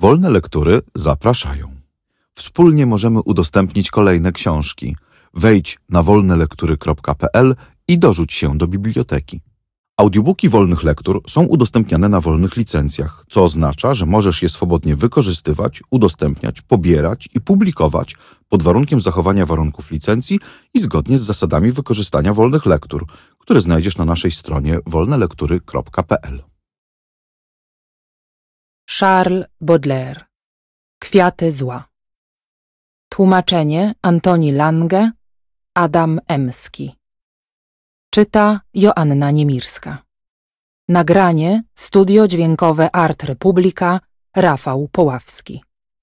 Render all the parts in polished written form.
Wolne lektury zapraszają. Wspólnie możemy udostępnić kolejne książki. Wejdź na wolnelektury.pl i dorzuć się do biblioteki. Audiobooki wolnych lektur są udostępniane na wolnych licencjach, co oznacza, że możesz je swobodnie wykorzystywać, udostępniać, pobierać i publikować pod warunkiem zachowania warunków licencji i zgodnie z zasadami wykorzystania wolnych lektur, które znajdziesz na naszej stronie wolnelektury.pl. Charles Baudelaire. Kwiaty zła. Tłumaczenie Antoni Lange, Adam Emski. Czyta Joanna Niemirska. Nagranie Studio Dźwiękowe Art Republika, Rafał Poławski.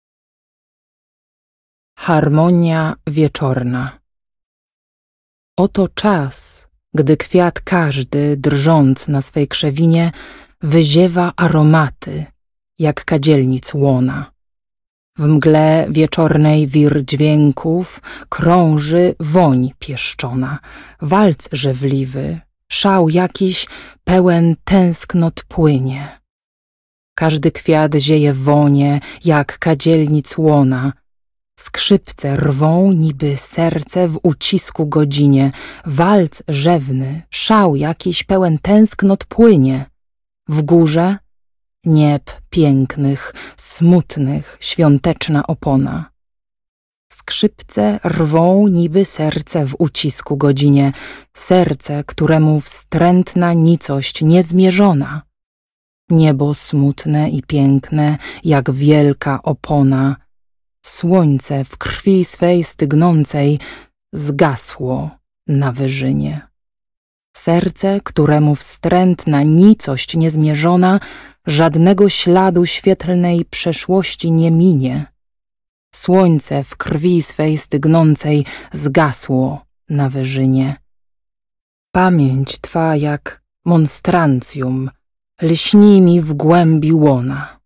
Harmonia wieczorna. Oto czas, gdy kwiat każdy, drżąc na swej krzewinie, wyziewa aromaty, jak kadzielnic łona. W mgle wieczornej wir dźwięków krąży woń pieszczona, walc żewliwy, szał jakiś pełen tęsknot płynie. Każdy kwiat zieje wonie, jak kadzielnic łona. Skrzypce rwą niby serce w ucisku godzinie, walc rzewny, szał jakiś pełen tęsknot płynie. W górze nieb pięknych, smutnych, świąteczna opona. Skrzypce rwą niby serce w ucisku godzinie, serce, któremu wstrętna nicość niezmierzona. Niebo smutne i piękne, jak wielka opona. Słońce w krwi swej stygnącej zgasło na wyżynie. Serce, któremu wstrętna nicość niezmierzona, żadnego śladu świetlnej przeszłości nie minie. Słońce w krwi swej stygnącej zgasło na wyżynie. Pamięć twa jak monstrancjum lśni mi w głębi łona.